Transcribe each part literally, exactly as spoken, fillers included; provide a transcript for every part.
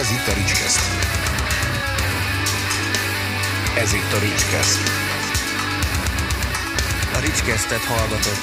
Ez itt a Ricskeszt. Ez itt a Ricskeszt. A Ricskesztet hallgatod.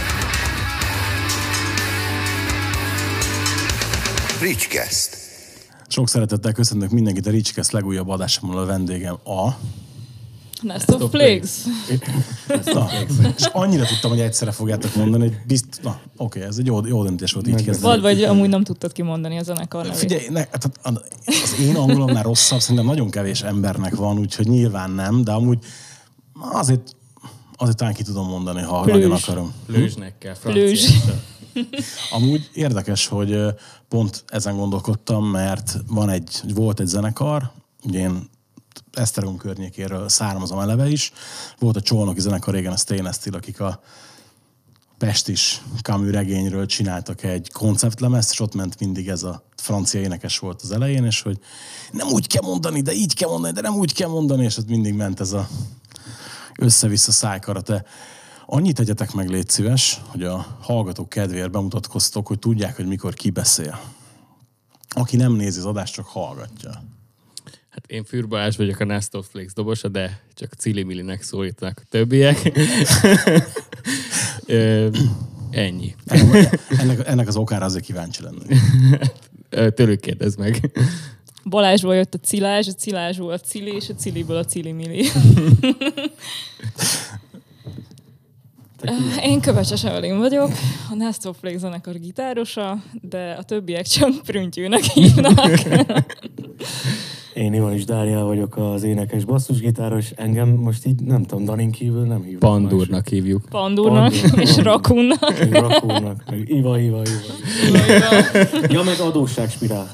Ricskeszt. Sok szeretettel köszönök mindenkit a Ricskeszt legújabb adásommal. A vendégem a... Nest of Plagues. Na, és annyira tudtam, hogy egyszerre fogjátok mondani, hogy bizt... Na, oké, ez egy jó, jó döntés volt, így kezdeni. Vagy, vagy amúgy nem tudtad kimondani a zenekar nevét. Figyelj, ne, az én angolomnál rosszabb, szerintem nagyon kevés embernek van, úgyhogy nyilván nem, de amúgy azért, azért talán ki tudom mondani, ha Plüzs. nagyon akarom. Plüzsnek kell, Plüzs. franciással. Amúgy érdekes, hogy pont ezen gondolkodtam, mert van egy, volt egy zenekar, ugye én Esztergom környékéről származom eleve is. Volt a Csolnoki zenekar régen, a Stainless Steel, akik a pestis Camus regényről csináltak egy konceptlemezt, és ott ment mindig ez a francia énekes volt az elején, és hogy nem úgy kell mondani, de így kell mondani, de nem úgy kell mondani, és ott mindig ment ez a össze-vissza szájkarate. Annyit tegyetek meg, légy szíves, hogy a hallgatók kedvéért bemutatkoztok, hogy tudják, hogy mikor ki beszél. Aki nem nézi az adást, csak hallgatja. Hát én Fürr Balázs vagyok, a Nest of Plagues dobosa, de csak Cili Millinek szólítanak a többiek. Ö, ennyi. Ennek, ennek az okára azért kíváncsi lenni. Tőlük kérdezd meg. Balázsból jött a Cilázs, a Cilázsból a Cili, és a Ciliből a Cili Milli. Én Kövecses Evelyn vagyok, a Nest of Plagues zenekar gitárosa, de a többiek csak Prüntjűnek hívnak. Én Ivanis Dániel vagyok, az énekes basszusgitáros. Engem most így, nem tudom, Danin kívül nem hívnak. Pandurnak hívjuk. Pandurnak és Rakunnak. Rakunnak. Iva, Iva, Iva. Ja, meg adósságspirál.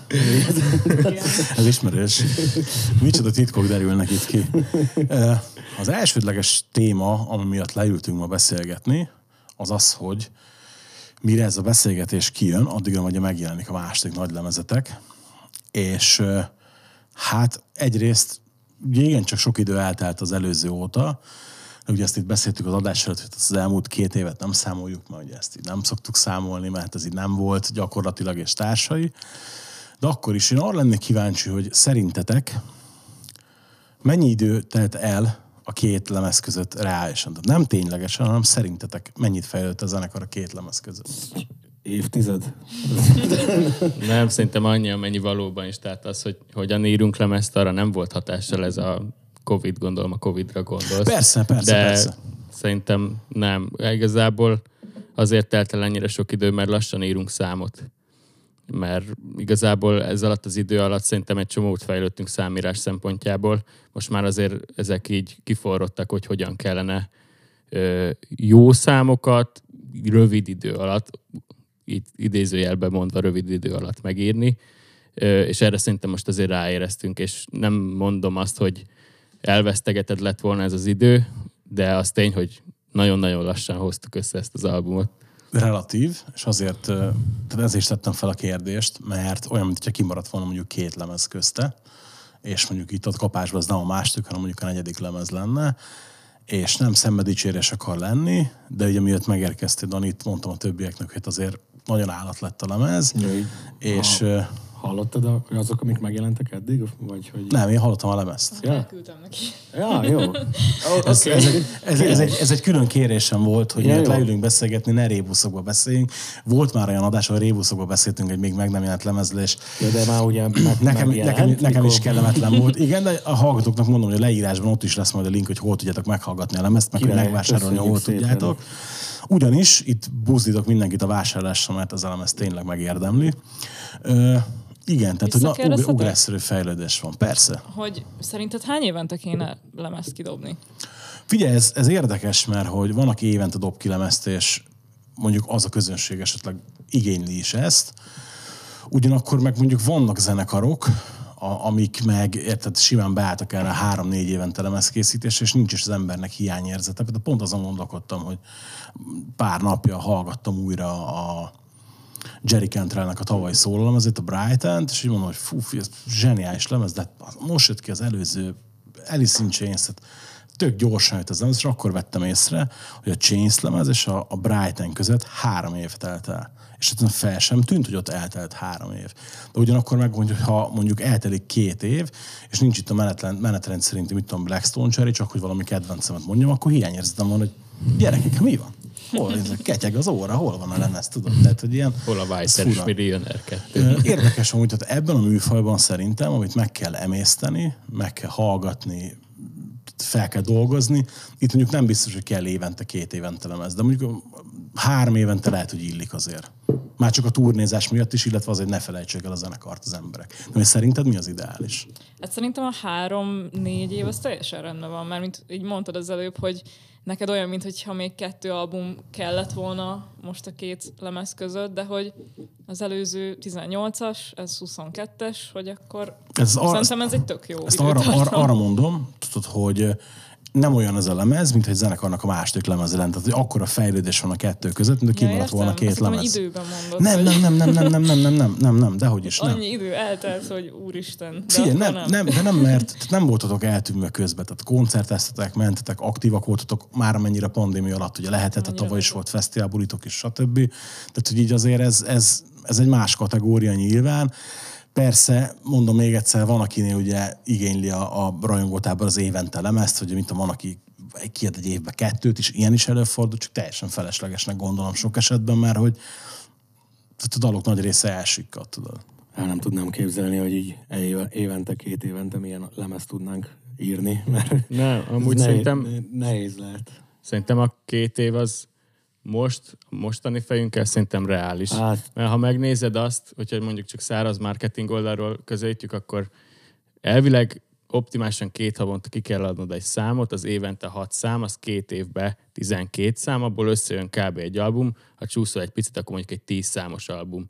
Ez ismerős. Micsoda titkok derülnek itt ki. Az elsődleges téma, ami miatt leültünk ma beszélgetni, az az, hogy mire ez a beszélgetés kijön, addigra majd megjelenik a második nagy lemezetek, és hát egyrészt igen, csak sok idő eltelt az előző óta, de ugye ezt itt beszéltük az adás előtt, hogy az elmúlt két évet nem számoljuk, mert ugye ezt így nem szoktuk számolni, mert ez így nem volt gyakorlatilag és társai. De akkor is én arra lennék kíváncsi, hogy szerintetek mennyi idő telt el a két lemez között reálisan? Tehát nem ténylegesen, hanem szerintetek mennyit fejlődött a zenekar a két lemez között? Évtized. Nem, szerintem annyi, amennyi valóban is. Tehát az, hogy hogyan írunk lemezt, arra nem volt hatással ez a Covid, gondolom a Covidra gondolsz. Persze, persze, de persze. Szerintem nem. Igazából azért telt el ennyire sok idő, mert lassan írunk számot. Mert igazából ez alatt az idő alatt szerintem egy csomót fejlődtünk számírás szempontjából. Most már azért ezek így kiforrottak, hogy hogyan kellene ö, jó számokat rövid idő alatt, így idézőjelben mondva rövid idő alatt megírni, ö, és erre szerintem most azért ráéreztünk, és nem mondom azt, hogy elvesztegeted lett volna ez az idő, de az tény, hogy nagyon-nagyon lassan hoztuk össze ezt az albumot. Relatív, és azért, tehát ezért is tettem fel a kérdést, mert olyan, mintha kimaradt volna mondjuk két lemez közte, és mondjuk itt ott kapásban az nem a második, hanem mondjuk a negyedik lemez lenne, és nem szenveddicsérés akar lenni, de ugye miatt megérkeztél, Danit, mondtam a többieknek, hogy azért nagyon állat lett a lemez, Jaj. és... Ha, hallottad a, azok, amik megjelentek eddig? Vagy hogy... Nem, én hallottam a lemezt. Ja. Elküldtem neki. Ja, jó. Oh, ez, okay. ez, egy, ez, ez, egy, ez egy külön kérésem volt, hogy Ja, miért jó. leülünk beszélgetni, ne rébuszokba beszéljünk. Volt már olyan adás, ahol rébuszokba beszéltünk egy még meg nem jelent lemezről, és Ja, de már ugye meg, nekem, megjelent, nekem, nekem mikor... is kellemetlen volt. Igen, de a hallgatóknak mondom, hogy a leírásban ott is lesz majd a link, hogy hol tudjátok meghallgatni a lemezt, meg hogy Király, megvásárolni, hol köszönjük tudjátok. Ugyanis itt buzdítok mindenkit a vásárlásra, mert az elemez tényleg megérdemli. Ö, igen, tehát hogy na, ugr- ugrásszerű fejlődés van. Persze. Hogy szerinted hány évente kéne lemezt kidobni? Figyelj, ez, ez érdekes, mert hogy van, aki évente dob ki lemezt, és mondjuk az a közönség esetleg igényli is ezt. Ugyanakkor meg mondjuk vannak zenekarok, a, amik meg, érted, simán beálltak erre három-négy évente lemezkészítésre, és nincs is az embernek hiányérzete. De pont azon gondolkodtam, hogy pár napja hallgattam újra a Jerry Cantrellnek a tavalyi szólalomezét, a Brighton-t, és így mondom, hogy fú, ez zseniális lemez, de most jött ki az előző Alice in Chains, tök gyorsan jött az lemez, és akkor vettem észre, hogy a Chains lemez és a, a Brighton között három év telt el. És hát fel sem tűnt, hogy ott eltelt három év. De ugyanakkor meg mondjuk, ha mondjuk eltelik két év, és nincs itt a menetrend, menetrend szerinti, mit tudom, Blackstone Cherry, csak hogy valami kedvencemet mondjam, akkor hiányérzetem van, hogy gyerekek, mi van? Hol ketyeg az óra, hol van a lemez, tudod? Tehát, hogy ilyen, hol a Weiser és Millionaire kettő. Érdekes amúgy, tehát ebben a műfajban szerintem, amit meg kell emészteni, meg kell hallgatni, fel kell dolgozni. Itt mondjuk nem biztos, hogy kell évente, két évente lemez, de mondjuk három évente lehet, hogy illik azért. Már csak a turnézás miatt is, illetve azért ne felejtsék el a zenekart az emberek. De szerinted mi az ideális? Hát szerintem a három-négy év az teljesen rendben van, mert mint így mondtad az előbb, hogy neked olyan, mintha még kettő album kellett volna most a két lemez között, de hogy az előző tizennyolcas, ez huszonkettes, hogy akkor ez ar- szerintem ez egy tök jó ezt arra, arra, arra mondom, tudod, hogy nem olyan ez a lemez, mint egy zenekarnak a második lemeze lenne. Tehát, hogy akkora fejlődés van a kettő között, mint a ja, kimaradt volna két azt lemez. Azt időben mondod. Nem, nem, nem, nem, nem, nem, nem, nem, nem, nem, nem, dehogy is, nem. Annyi idő eltelt, hogy úristen. De Figyelj, nem, nem. nem, de nem, mert nem voltatok eltűnve közben, tehát koncerteztetek, mentetek, aktívak voltatok már amennyire pandémia alatt, ugye lehetett, a tavaly is volt fesztiválbulitok és stb. Tehát, hogy így azért ez, ez, ez egy más kategória nyilván. Persze, mondom még egyszer, van, akinél ugye igényli a, a rajongótában az évente lemezt, hogy mint van, aki kiad egy évbe kettőt, és ilyen is előfordul, csak teljesen feleslegesnek gondolom sok esetben, mert hogy a dalok nagy része elsikkadt, tudod. El nem tudnám képzelni, hogy így évente, két évente milyen lemezt tudnánk írni, mert nem, amúgy nehéz, szerintem nehéz lehet. Szerintem a két év az most, mostani fejünkkel szerintem reális. Hát. Mert ha megnézed azt, hogyha mondjuk csak száraz marketing oldalról közelítjük, akkor elvileg optimálisan két havonta ki kell adnod egy számot, az évente hat szám, az két évben tizenkét szám, abból összejön kb. Egy album, ha csúszol egy picit, akkor mondjuk egy tíz számos album.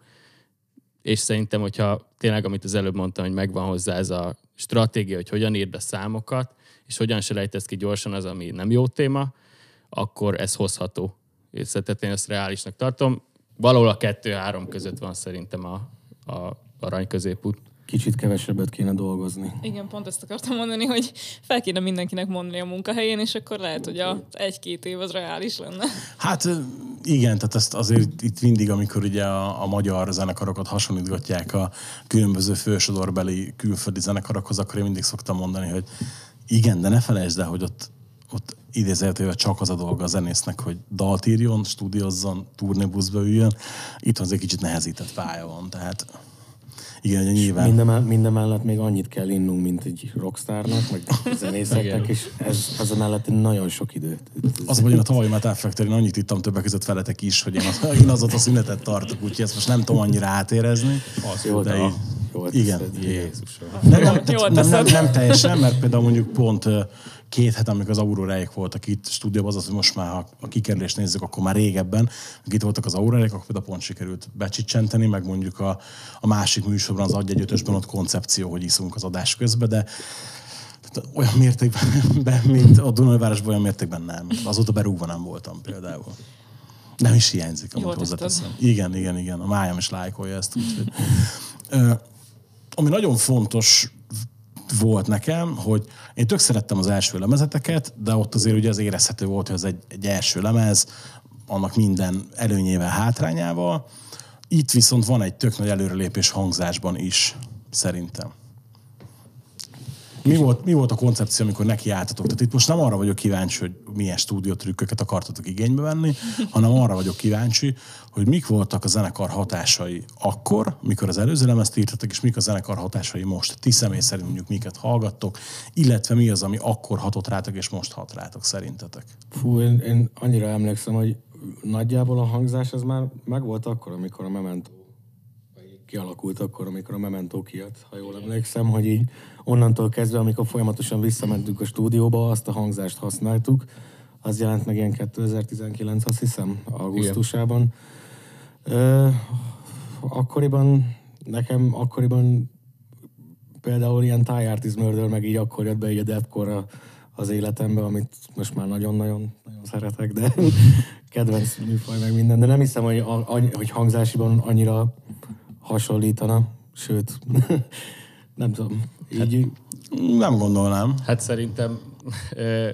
És szerintem, hogyha tényleg, amit az előbb mondtam, hogy megvan hozzá ez a stratégia, hogy hogyan írd a számokat, és hogyan selejtesz ki gyorsan az, ami nem jó téma, akkor ez hozható. És szerintem én ezt reálisnak tartom. Valahol a kettő-három között van szerintem a, a arany középút. Kicsit kevesebbet kéne dolgozni. Igen, pont ezt akartam mondani, hogy fel kéne mindenkinek mondani a munkahelyén, és akkor lehet, hogy a egy-két év az reális lenne. Hát igen, tehát ezt azért itt mindig, amikor ugye a, a magyar zenekarokat hasonlítgatják a különböző fősodorbeli külföldi zenekarokhoz, akkor én mindig szoktam mondani, hogy igen, de ne felejtsd el, hogy ott, ott idézőjeltével csak az a dolga a zenésznek, hogy dalt írjon, stúdiózzon, turnébuszba üljön. Itt azért kicsit nehezített pálya van, tehát igen, ugye nyilván. Minden, minden mellett még annyit kell innunk, mint egy rockstárnak, meg zenészeknek, és ez az a mellett nagyon sok időt. Az, hogy én a tavalyi Metal Factory-n annyit ittam többek között veletek is, hogy én, az, én azóta szünetet tartok, úgyhogy ezt most nem tudom annyira átérezni. Az jó, de így, jó, igen. Jézusom. Nem, nem, nem, nem, nem, nem teljesen, mert például mondjuk pont két hét, amikor az Auróráik voltak itt stúdióban, az az, hogy most már, ha a kikerülést nézzük, akkor már régebben, itt voltak az Auróráik, akkor például pont sikerült becsicsenteni, meg mondjuk a, a másik műsorban, az Adj egy ötösben ott koncepció, hogy iszunk az adás közben, de olyan mértékben, mint a Dunajvárosban, olyan mértékben nem. Azóta berúgva nem voltam például. Nem is hiányzik, amit hozzáteszem. Igen, igen, igen. A májam is lájkolja ezt. Úgyhogy. Ö, ami nagyon fontos volt nekem, hogy én tök szerettem az első lemezeteket, de ott azért ugye az érezhető volt, hogy ez egy, egy első lemez, annak minden előnyével, hátrányával. Itt viszont van egy tök nagy előrelépés hangzásban is, szerintem. Mi volt, mi volt a koncepció, amikor nekiálltatok? Tehát itt most nem arra vagyok kíváncsi, hogy milyen stúdiótrükköket akartatok igénybe venni, hanem arra vagyok kíváncsi, hogy mik voltak a zenekar hatásai akkor, mikor az előző lemezt írtatok, és mik a zenekar hatásai most. Ti személy szerint mondjuk miket hallgattok, illetve mi az, ami akkor hatott rátok, és most hat rátok szerintetek? Fú, én, én annyira emlékszem, hogy nagyjából a hangzás az már megvolt akkor, amikor a Memento kialakult akkor, amikor a Memento kijött, ha jól emlékszem, hogy így onnantól kezdve, amikor folyamatosan visszamentünk a stúdióba, azt a hangzást használtuk. Az jelent meg ilyen kétezer-tizenkilenc, azt hiszem, augusztusában. Ö, akkoriban, nekem akkoriban például ilyen Die Artist Murder, meg így akkor jött be így a deathcore az életembe, amit most már nagyon-nagyon nagyon szeretek, de kedvenc műfaj meg minden. De nem hiszem, hogy, a, hogy hangzásiban annyira hasonlítana, sőt, nem tudom, így... Hát, nem gondolnám. Hát szerintem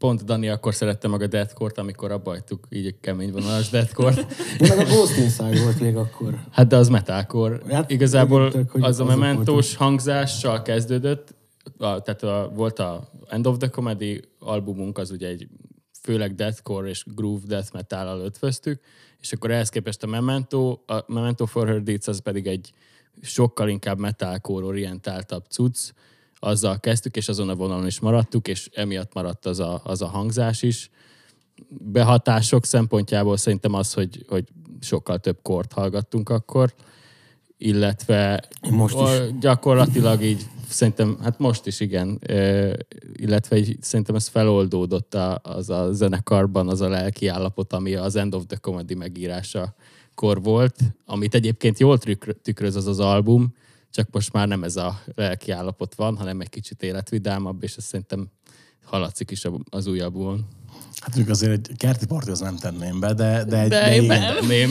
pont Dani akkor szerette meg a deathcore-t, amikor abba hagytuk így egy kemény vonalas deathcore-t. Ja, meg a Ghost Inside volt még akkor. Hát de az metalcore. Hát, Igazából tök, hogy az a azok mementós voltunk. hangzással kezdődött, a, tehát a, volt a End of the Comedy albumunk, az ugye egy főleg deathcore és groove death metal-al ötvöztük, és akkor ehhez képest a Memento, a Memento for Her Deeds az pedig egy sokkal inkább metalcore orientáltabb cucc, azzal kezdtük, és azon a vonalon is maradtuk, és emiatt maradt az a, az a hangzás is. Behatások szempontjából szerintem az, hogy, hogy sokkal több kort hallgattunk akkor, illetve Most is. gyakorlatilag így szerintem, hát most is igen, illetve így, szerintem ez feloldódott a, az a zenekarban, az a lelki állapot, ami az End of the Comedy megírása kor volt, amit egyébként jól tükröz az az album, csak most már nem ez a lelki állapot van, hanem egy kicsit életvidámabb, és ez szerintem hallatszik is az új albumon. Hát mondjuk azért egy kerti parti az nem tenném be, de, de, egy, De de én igen. nem. Nem.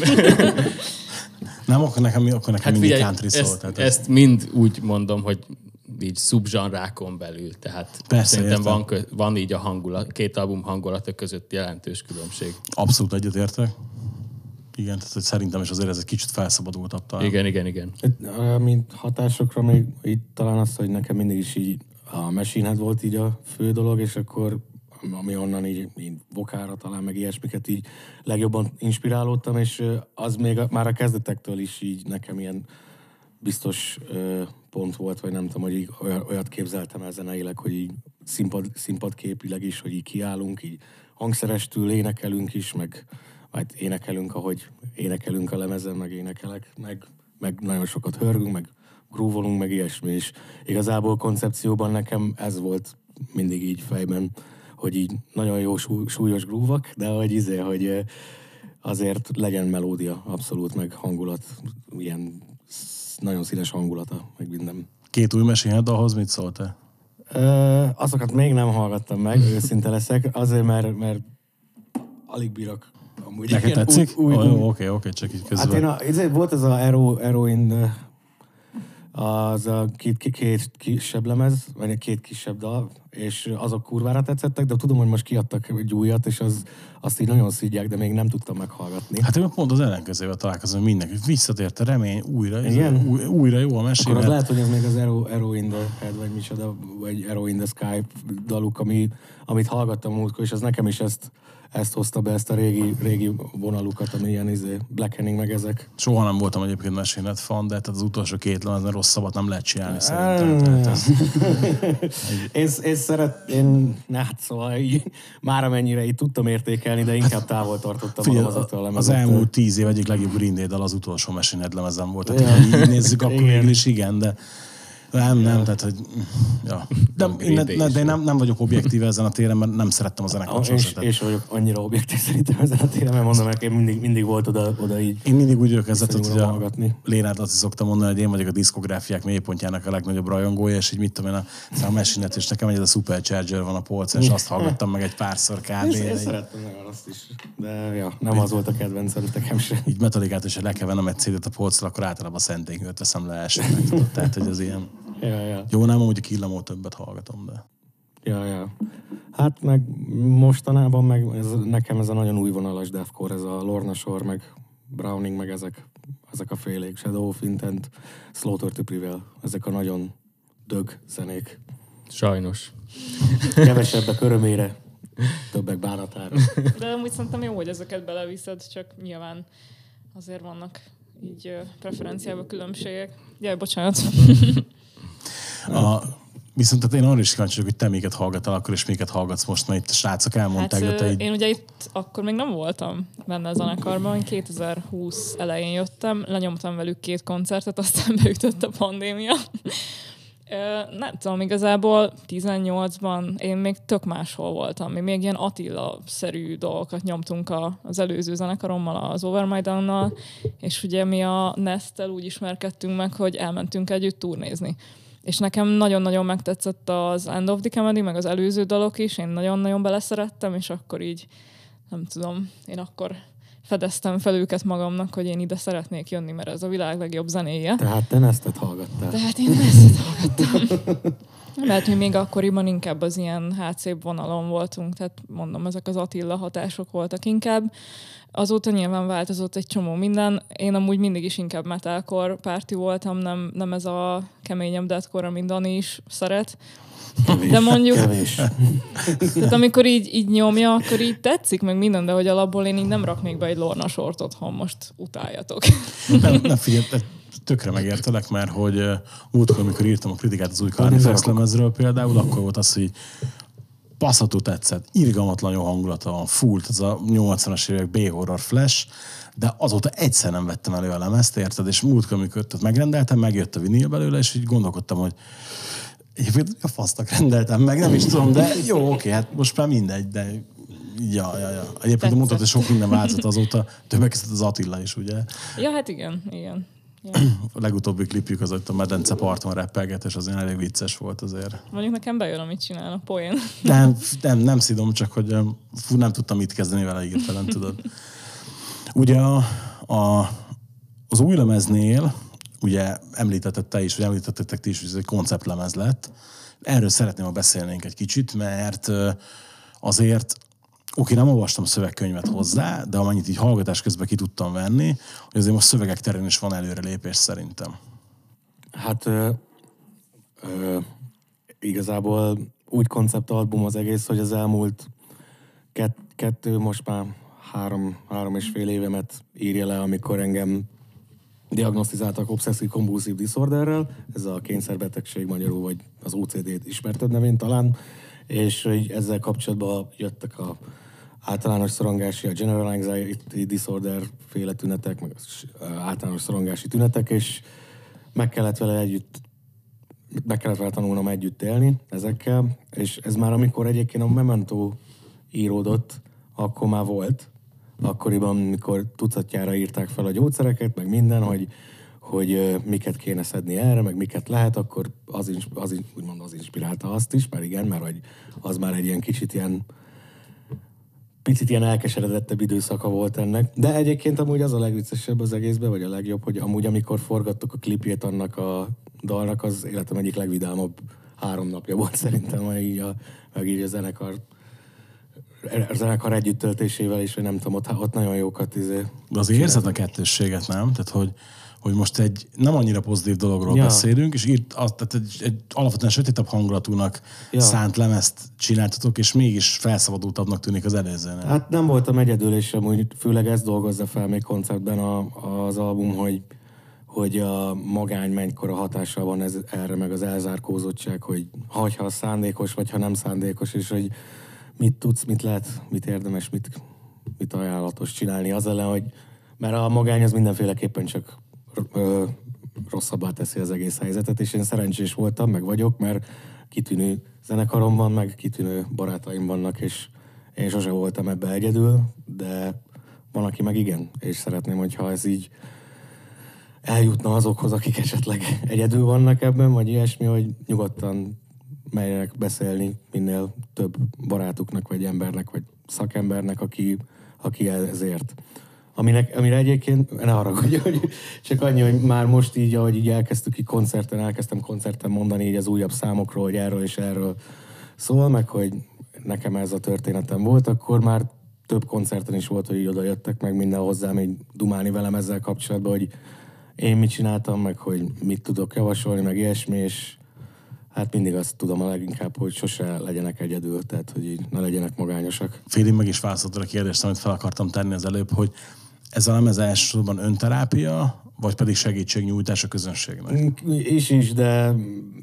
Nem, akkor nekem, akkor nekem Hát mindig figyelj, country szól. ezt, Tehát ezt mind úgy mondom, hogy így szubzsanrákon belül, tehát Persze, szerintem értem. van, kö- van így a hangulat, két album hangulata között jelentős különbség. abszolút egyetértek. Igen, tehát hogy szerintem is azért ez egy kicsit felszabadultabb talán. Igen, igen, igen. Ö, Mint hatásokra még itt talán az, hogy nekem mindig is így a Machine Head volt így a fő dolog, és akkor ami onnan így, így vokára talán meg ilyesmiket így legjobban inspirálódtam, és ö, az még a, már a kezdetektől is így nekem ilyen biztos ö, pont volt, vagy nem tudom, hogy így olyat, olyat képzeltem el zeneileg, hogy így színpad, színpadképileg is, hogy így kiállunk, így hangszerestül énekelünk is, meg vagy énekelünk, ahogy énekelünk a lemezen, meg énekelek, meg, meg nagyon sokat hörgünk, meg groovolunk, meg ilyesmi is. Igazából koncepcióban nekem ez volt mindig így fejben, hogy így nagyon jó súly, súlyos groovok, de hogy izé, hogy ö, azért legyen melódia, abszolút, meg hangulat, ilyen sz- nagyon színes hangulata, meg minden. Két új Machine ahhoz mit szóltál? Ö, azokat még nem hallgattam meg, őszinte leszek, azért, mert, mert alig bírok amúgy. Neked ilyen tetszik? Új, új, oh, új. jó, oké, oké, csak így közben. Hát én a, ezért volt ez a Hero, Heroin, az a két, két, két kisebb lemez, vagy két kisebb dal, és azok kurvára tetszettek, de tudom, hogy most kiadtak egy újat, és az, azt így nagyon szígyek, de még nem tudtam meghallgatni. Hát én pont az ellenkezővel találkozom, hogy mindenki visszatért a remény, újra, Igen? Ez, új, újra jó a Akkor Machine az Head. lehet, hogy ez még az Hero, Hero in the Head, vagy micsoda, vagy Hero in the Sky daluk, ami, amit hallgattam múltkor, és az nekem is ezt, ezt hozta be, ezt a régi, régi vonalukat, ami ilyen izé, Blackening meg ezek. Soha nem voltam egyébként Machine Head fan, de tehát az utolsó két lemezben rosszabbat nem lehet csinálni szerintem. Tehát ez, én, én szeret, én, hát szóval így, már amennyire így tudtam értékelni, de inkább távol tartottam figyelj, magam azoktól a az lemezektől. elmúlt tíz év egyik legjobb Green Day dal az utolsó Machine Head lemezem volt. Tehát Ja. ha így nézzük, akkor Igen. végül is igen, de nem, nem, tehát hogy... Ja. De, A én, Green Day ne, is de én jó. nem, nem vagyok objektív ezen a téren, mert nem szerettem a Ah, zenekart és, sosem. és vagyok annyira objektív szerintem ezen a téren, mert mondom, hogy én mindig, mindig volt oda, oda így. Én mindig úgy vagyok ezzel, hogy Visszanyúlom a hallgatni. Lénát azt is szoktam mondani, hogy én vagyok a diszkográfiák mélypontjának a legnagyobb rajongója, és így mit tudom én, a, szóval a Machine Head, és nekem egy ez a Supercharger van a polcon, és azt hallgattam meg egy párszor kb. Én, én Így- szerettem nagyon azt is, de ja, nem az volt a kedvencem, nekem sem. így Metallicát, és ha le kell vennem egy cédet a polcra, akkor általában a Szentélyhőt veszem le elsőnek, tudod? Tehát, hogy az ilyen... Ja, ja. Jó, nem, amúgy a Killamó többet hallgatom, de... Ja, ja. Hát meg mostanában meg ez, nekem ez a nagyon újvonalas deathcore, ez a Lorna Shore, meg Browning, meg ezek, ezek a félék, Shadow of Intent, Slaughter to Prevail, ezek a nagyon dög zenék. Sajnos. Kevesebbek örömére, többek bánatára. De amúgy szerintem jó, hogy ezeket beleviszed, csak nyilván azért vannak így ö, preferenciában különbségek. Jaj, bocsánat. A, viszont tehát én arra is kíváncsi vagyok, hogy te miket hallgattál akkor, és miket hallgatsz most, mert itt a srácok elmondták, Hát, de te ö, így... én ugye itt akkor még nem voltam benne a zenekarban, kétezer-húsz elején jöttem, lenyomtam velük két koncertet, aztán beütött a pandémia. Ö, Nem tudom, igazából tizennyolcban én még tök máshol voltam. Mi még ilyen Attila-szerű dolgokat nyomtunk a, az előző zenekarommal, az Over My Down-nal, és ugye mi a Nest-tel úgy ismerkedtünk meg, hogy elmentünk együtt turnézni. És nekem nagyon-nagyon megtetszett az End of the Comedy, meg az előző dalok is, én nagyon-nagyon beleszerettem, és akkor így, nem tudom, én akkor fedeztem fel őket magamnak, hogy én ide szeretnék jönni, mert ez a világ legjobb zenéje. Tehát te Nestet hallgattál. Tehát én Nestet hallgattam. Lehet, hogy még akkoriban inkább az ilyen hátszébb vonalon voltunk, tehát mondom, ezek az Attila hatások voltak inkább. Azóta nyilván változott egy csomó minden. Én amúgy mindig is inkább metalcore párti voltam, nem, nem ez a keményebb deathcore, amit Dani is szeret. Kevés, de mondjuk, kevés. Tehát amikor így, így nyomja, akkor így tetszik meg minden, de hogy alapból én így nem raknék be egy Lorna sort otthon, most utáljatok. Nem, nem figyelj, tökre megértelek, mert hogy uh, múltkor, amikor írtam a kritikát az új Carnifex lemezről például, akkor volt az, hogy passzatú tetszett, irgalmatlan jó hangulata van, full, ez a nyolcvanas évek B-horror flash, de azóta egyszer nem vettem elő a lemezt, érted? És múltkor, amikor megrendeltem, megjött a vinil belőle, és így gondolkodtam, hogy egyébként a fasztak rendeltem meg, nem is tudom, de jó, oké, hát most már mindegy, de ja, ja, ja. Egyébként mondtad, hogy sok minden változott azóta, többek között az Attila is, ugye? Ja, hát igen, igen. Ja. A legutóbbi klipjük az, hogy a medence parton reppelget, és azért elég vicces volt azért. Mondjuk nekem bejön, amit csinálnak, poén. Nem, nem, nem szidom, csak hogy fú, nem tudtam mit kezdeni vele hirtelen, tudod. Ugye a, a, az új lemeznél, ugye említetted te is, vagy említettetek ti is, hogy ez egy konceptlemez lett. Erről szeretném, ha beszélnénk egy kicsit, mert azért, oké, nem olvastam szövegkönyvet hozzá, de amennyit így hallgatás közben ki tudtam venni, hogy azért most szövegek terén is van előrelépés szerintem. Hát ö, ö, igazából úgy konceptalbum az egész, hogy az elmúlt kett, kettő, most már három, három és fél évemet írja le, amikor engem diagnosztizáltak obszesszív-kompulszív disorderrel, ez a kényszerbetegség magyarul, vagy az o cé dé-t ismerted nevén talán, és ezzel kapcsolatban jöttek a általános szorongási, a general anxiety disorder féle tünetek, meg az általános szorongási tünetek, és meg kellett vele együtt, meg kellett vele tanulnom együtt élni ezekkel, és ez már amikor egyébként a Memento íródott, akkor már volt. Akkoriban, mikor tucatjára írták fel a gyógyszereket, meg minden, hogy, hogy miket kéne szedni erre, meg miket lehet, akkor az, az, úgymond az inspirálta azt is, mert igen, mert az már egy ilyen kicsit ilyen picit ilyen elkeseredettebb időszaka volt ennek. De egyébként amúgy az a legviccesebb az egészben, vagy a legjobb, hogy amúgy amikor forgattuk a klipjét annak a dalnak, az életem egyik legvidámabb három napja volt szerintem, meg így a, meg így a zenekar a zenekar együttöltésével is, hogy nem tudom, ott, ott nagyon jókat izé. De azért érzed a kettősséget, nem? Tehát, hogy, hogy most egy nem annyira pozitív dologról ja. beszélünk, és írt, az, tehát egy, egy alapvetően sötétebb hangulatúnak ja. szánt lemezt csináltatok, és mégis felszabadultabbnak tűnik az előzőnél. Hát nem voltam egyedül, és amúgy főleg ezt dolgozza fel még koncertben a, az album, hogy, hogy a magány mennykora hatással van ez, erre, meg az elzárkózottság, hogy ha szándékos, vagy ha nem szándékos, és hogy mit tudsz, mit lehet, mit érdemes, mit, mit ajánlatos csinálni. Az ellen, hogy mert a magány az mindenféleképpen csak ö, rosszabbá teszi az egész helyzetet, és én szerencsés voltam, meg vagyok, mert kitűnő zenekarom van, meg kitűnő barátaim vannak, és én sose voltam ebbe egyedül, de van, aki meg igen, és szeretném, hogyha ez így eljutna azokhoz, akik esetleg egyedül vannak ebben, vagy ilyesmi, hogy nyugodtan merjenek beszélni minél több barátuknak, vagy embernek, vagy szakembernek, aki, aki ezért. Aminek, amire egyébként, ne haragudj, hogy csak annyi, hogy már most így, ahogy így elkezdtük így koncerten, elkezdtem koncerten mondani így az újabb számokról, hogy erről és erről szól, meg hogy nekem ez a történetem volt, akkor már több koncerten is volt, hogy így oda jöttek meg minden hozzám, így dumálni velem ezzel kapcsolatban, hogy én mit csináltam, meg hogy mit tudok javasolni, meg ilyesmi, és hát mindig azt tudom a leginkább, hogy sose legyenek egyedül, tehát hogy így ne legyenek magányosak. Félin meg is válaszoltad a kérdést, amit fel akartam tenni az előbb, hogy ez a lemez elsősorban önterápia, vagy pedig segítségnyújtás a közönségnek? Is is, de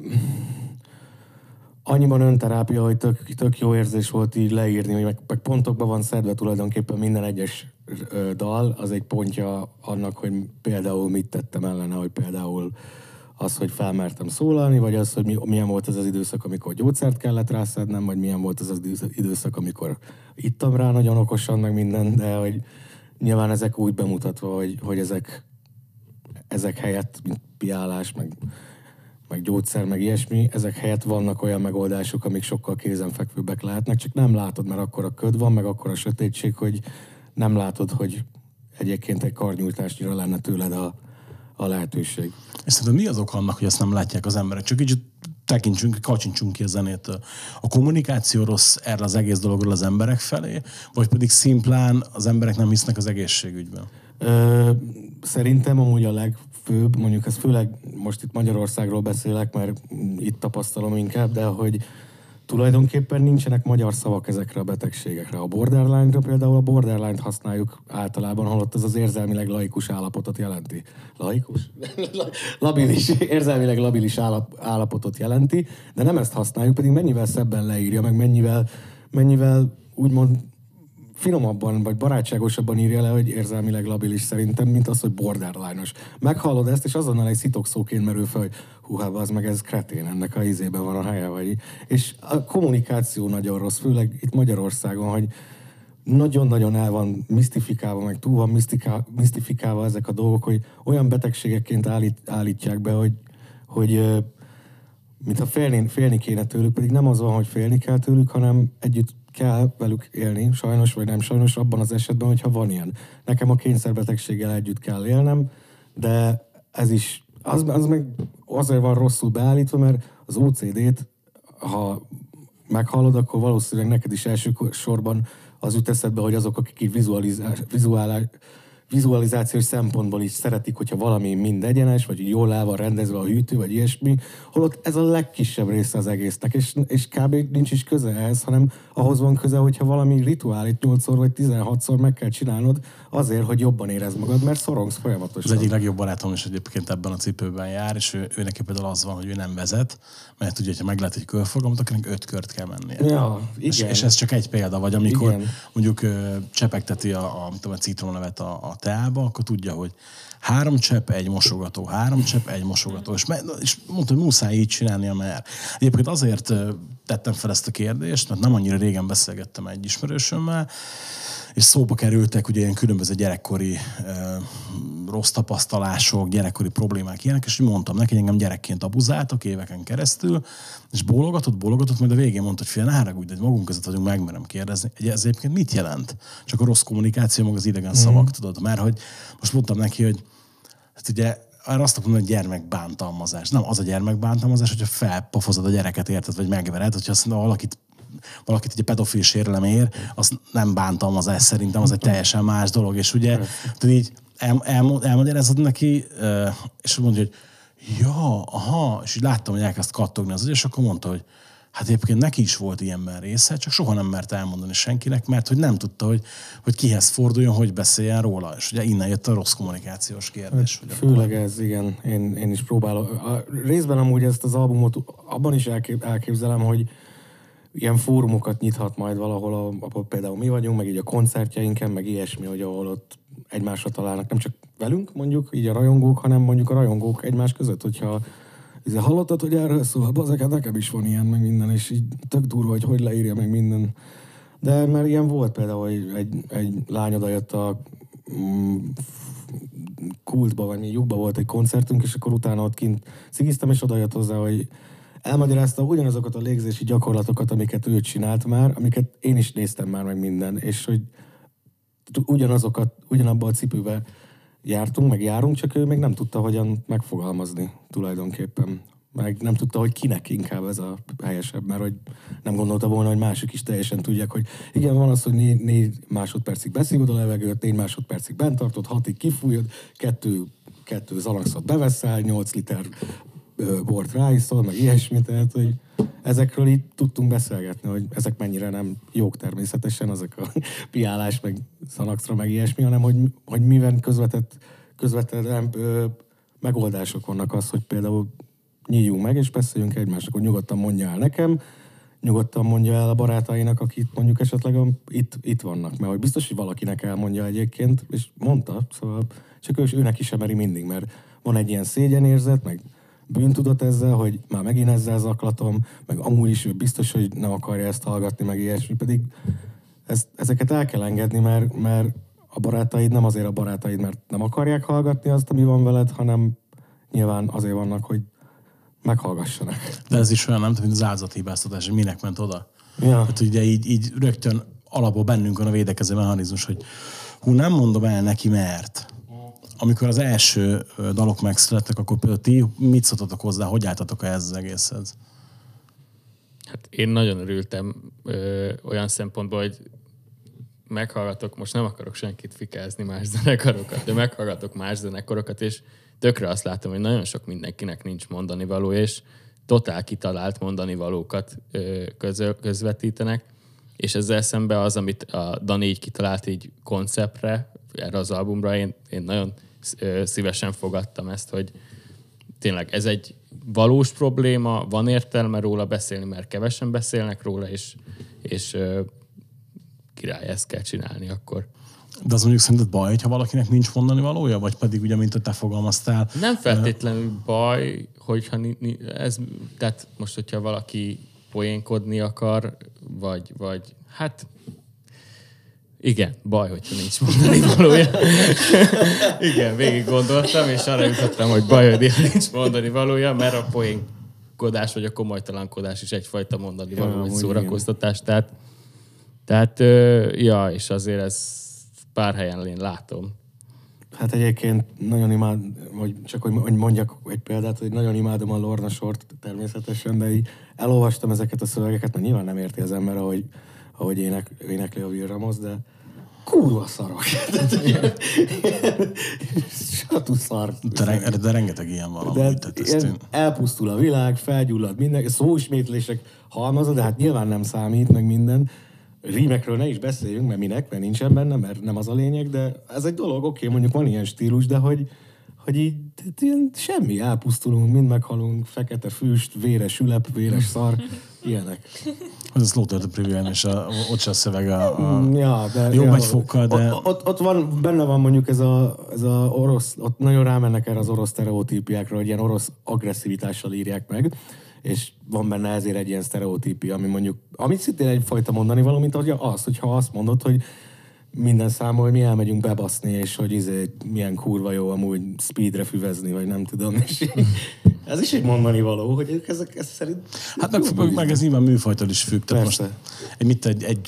annyiban önterápia, hogy tök, tök jó érzés volt így leírni, hogy meg, meg pontokban van szedve tulajdonképpen minden egyes ö, dal, az egy pontja annak, hogy például mit tettem ellene, hogy például az, hogy felmertem szólalni, vagy az, hogy mi, milyen volt az az időszak, amikor gyógyszert kellett rászednem, vagy milyen volt az az időszak, amikor ittam rá nagyon okosan, meg minden, de hogy nyilván ezek úgy bemutatva, hogy, hogy ezek, ezek helyett, mint piálás, meg, meg gyógyszer, meg ilyesmi, ezek helyett vannak olyan megoldások, amik sokkal kézenfekvőbbek lehetnek, csak nem látod, mert akkor a köd van, meg akkor a sötétség, hogy nem látod, hogy egyébként egy karnyújtásnyira lenne tőled a, a lehetőség. És szerintem mi az ok annak, hogy ezt nem látják az emberek? Csak így tekintsünk, kacsintsunk ki a zenét. A kommunikáció rossz erre az egész dologról az emberek felé, vagy pedig szimplán az emberek nem hisznek az egészségügyben? Ö, szerintem amúgy a legfőbb, mondjuk ez főleg most itt Magyarországról beszélek, mert itt tapasztalom inkább, de hogy tulajdonképpen nincsenek magyar szavak ezekre a betegségekre. A borderline-ra például a borderline-t használjuk általában, holott ez az érzelmileg laikus állapotot jelenti. Laikus? Labilis, érzelmileg labilis állap, állapotot jelenti, de nem ezt használjuk, pedig mennyivel szebben leírja, meg mennyivel, mennyivel úgymond finomabban, vagy barátságosabban írja le, hogy érzelmileg labilis szerintem, mint az, hogy borderline-os. Meghallod ezt, és azonnal egy szitokszóként merül fel, hogy húha, az meg ez kretén, ennek a izében van a helye, vagy. És a kommunikáció nagyon rossz, főleg itt Magyarországon, hogy nagyon-nagyon el van misztifikálva, meg túl van misztika, misztifikálva ezek a dolgok, hogy olyan betegségekként állít, állítják be, hogy, hogy mintha félni, félni kéne tőlük, pedig nem az van, hogy félni kell tőlük, hanem együtt kell velük élni, sajnos vagy nem sajnos, abban az esetben, hogyha van ilyen. Nekem a kényszerbetegséggel együtt kell élnem, de ez is, az, az meg azért van rosszul beállítva, mert az o cé dét, ha meghallod, akkor valószínűleg neked is első sorban az jut eszedbe, hogy azok, akik így vizualizál, vizuál, vizualizációs szempontból is szeretik, hogyha valami mind egyenes, vagy jól el van rendezve a hűtő, vagy ilyesmi, holott ez a legkisebb része az egésznek, és, és kb. Nincs is köze ehhez, hanem ahhoz van köze, hogyha valami rituálit nyolcszor vagy tizenhatszor meg kell csinálnod azért, hogy jobban érezd magad, mert szorongsz folyamatosan. Az egyik legjobb barátom is egyébként ebben a cipőben jár, és ő, ő neki például az van, hogy ő nem vezet, mert ugye, hogyha meglát egy körforgalmat, akkor öt kört kell mennie. Ja, és, és ez csak egy példa, vagy amikor igen. mondjuk csepegteti a, a, a citromlevet a, a teába, akkor tudja, hogy három csepp, egy mosogató, három csepp, egy mosogató. És, és mondta, hogy muszáj így csinálnia, mert egyébként azért tettem fel ezt a kérdést, mert nem annyira régen beszélgettem egy ismerősömmel, és szóba kerültek ugye ilyen különböző gyerekkori e, rossz tapasztalások, gyerekkori problémák ilyenek, és mondtam neki, hogy engem gyerekként abuzáltak éveken keresztül, és bólogatott, bólogatott, majd a végén mondta, hogy fél, ne haragudj, de magunk között vagyunk, megmerem kérdezni. Ez egyébként mit jelent? Csak a rossz kommunikáció, meg az idegen szavak, mm. tudod? Mert hogy most mondtam neki, hogy hát ugye arra azt mondom, hogy gyermekbántalmazás. Nem az a gyermekbántalmazás, hogyha felpofozod a gyereket, érted, vagy megvered, hogyha azt mondja, valakit valakit ugye pedofil sérelem ér, az nem bántalmazás szerintem, az egy teljesen más dolog, és ugye tudod így el, el, elmagyarázod neki, és mondja, hogy ja, aha, és így láttam, hogy elkezd kattogni az agy, és akkor mondta, hogy hát egyébként neki is volt ilyenben része, csak soha nem mert elmondani senkinek, mert hogy nem tudta, hogy, hogy kihez forduljon, hogy beszéljen róla. És ugye innen jött a rossz kommunikációs kérdés. Hát, főleg ez, igen. Én, én is próbálok. A részben amúgy ezt az albumot abban is elkép, elképzelem, hogy ilyen fórumokat nyithat majd valahol, ahol például mi vagyunk, meg így a koncertjeinken, meg ilyesmi, hogy ahol ott egymásra találnak, nem csak velünk mondjuk, így a rajongók, hanem mondjuk a rajongók egymás között, hogyha ezzel hallottad, hogy erről szól, bazeket, nekem is van ilyen, meg minden, és így tök durva, hogy hogy leírja meg minden. De mert ilyen volt például, hogy egy, egy lány odajött a mm, Kultba, vagy mi lyukba volt egy koncertünk, és akkor utána ott kint cigiztem, és odajött hozzá, hogy elmagyarázta ugyanazokat a légzési gyakorlatokat, amiket ő csinált már, amiket én is néztem már meg minden, és hogy ugyanazokat, ugyanabban a cipőben jártunk, meg járunk, csak ő még nem tudta hogyan megfogalmazni tulajdonképpen. Meg nem tudta, hogy kinek inkább ez a helyesebb, mert hogy nem gondolta volna, hogy mások is teljesen tudják, hogy igen, van az, hogy négy, négy másodpercig beszívod a levegőt, négy másodpercig bent tartod, hatig kifújod, kettő, kettő zalangszot beveszel, nyolc liter bort ráiszol, meg ilyesmit, tehát, hogy ezekről így tudtunk beszélgetni, hogy ezek mennyire nem jók természetesen, ezek a piálás, meg szanaxra, meg ilyesmi, hanem hogy, hogy mivel közvetett, közvetett ö, megoldások vannak az, hogy például nyíljunk meg, és beszéljünk egymásnak, hogy nyugodtan mondja el nekem, nyugodtan mondja el a barátainak, akik mondjuk esetleg a, itt, itt vannak, mert hogy biztos, hogy valakinek elmondja egyébként, és mondta, szóval csak ő, őnek is emeri mindig, mert van egy ilyen szégyenérzet, meg bűntudat ezzel, hogy már megint ezzel zaklatom, meg amúgy is ő biztos, hogy nem akarja ezt hallgatni, meg ilyesmi, pedig ezt, ezeket el kell engedni, mert, mert a barátaid nem azért a barátaid, mert nem akarják hallgatni azt, ami van veled, hanem nyilván azért vannak, hogy meghallgassanak. De ez is olyan, nem tudom, mint az áldozathibáztatás, hogy minek ment oda. Ja. Hát ugye így, így rögtön alapból bennünk van a védekező mechanizmus, hogy hú, nem mondom el neki, mert amikor az első dalok megszülettek, akkor például ti mit szóltatok hozzá, hogy álltatok ehhez az egészhez? Hát én nagyon örültem ö, olyan szempontból, hogy meghallgatok, most nem akarok senkit fikázni más zenekarokat, de meghallgatok más zenekarokat, és tökre azt látom, hogy nagyon sok mindenkinek nincs mondani való, és totál kitalált mondani valókat ö, közö, közvetítenek, és ezzel szemben az, amit a Dani így kitalált így konceptre, erre az albumra, én, én nagyon szívesen fogadtam ezt, hogy tényleg ez egy valós probléma, van értelme róla beszélni, mert kevesen beszélnek róla, és, és uh, király, ezt kell csinálni akkor. De az mondjuk szerinted baj, ha valakinek nincs mondani valója, vagy pedig ugye, mint te fogalmaztál? Nem feltétlenül baj, hogyha ez, tehát most, hogyha valaki poénkodni akar, vagy, vagy hát igen, baj, hogyha nincs mondani valója. Igen, végig gondoltam, és arra jutottam, hogy baj, hogy nincs mondani valója, mert a poénkodás vagy a komolytalankodás is egyfajta mondani való, ja, vagy szórakoztatás. Tehát, tehát ja, és azért ez pár helyen én látom. Hát egyébként nagyon imád, vagy csak hogy mondjak egy példát, hogy nagyon imádom a Lorna Short természetesen, de így elolvastam ezeket a szövegeket, mert nyilván nem érti az ember, ahogy ahogy ének, énekli a Will Ramos, de kurva szarok. Satú szar. De, de rengeteg ilyen van. De amúgy, én... elpusztul a világ, felgyullad minden, szóismétlések halmaza, de hát nyilván nem számít, meg minden. Rímekről ne is beszéljünk, mert minek, mert nincsen benne, mert nem az a lényeg, de ez egy dolog, oké, okay, mondjuk van ilyen stílus, de hogy, hogy így ilyen semmi, elpusztulunk, mind meghalunk, fekete füst, véres ülep, véres szar, ilyenek. Az a Slaughter the Prevail, és a, ott se a szöveg a, a ja, de, jobb ja, egy fokkal, de... Ott, ott, ott van, benne van mondjuk ez a, ez a orosz, ott nagyon rámennek erre az orosz sztereotípiákra, hogy ilyen orosz agresszivitással írják meg, és van benne ezért egy ilyen sztereotípia, ami mondjuk, amit szintén egyfajta mondani való, mint ahogy az, hogyha azt mondod, hogy minden számol, hogy mi elmegyünk bebaszni, és hogy izé, milyen kurva jó amúgy speedre füvezni, vagy nem tudom. És ez is egy mondani való, hogy ezek, ez szerint... Hát meg, meg, meg ez nyilván műfajtól is függ. Tehát Persze. most egy, mit, egy, egy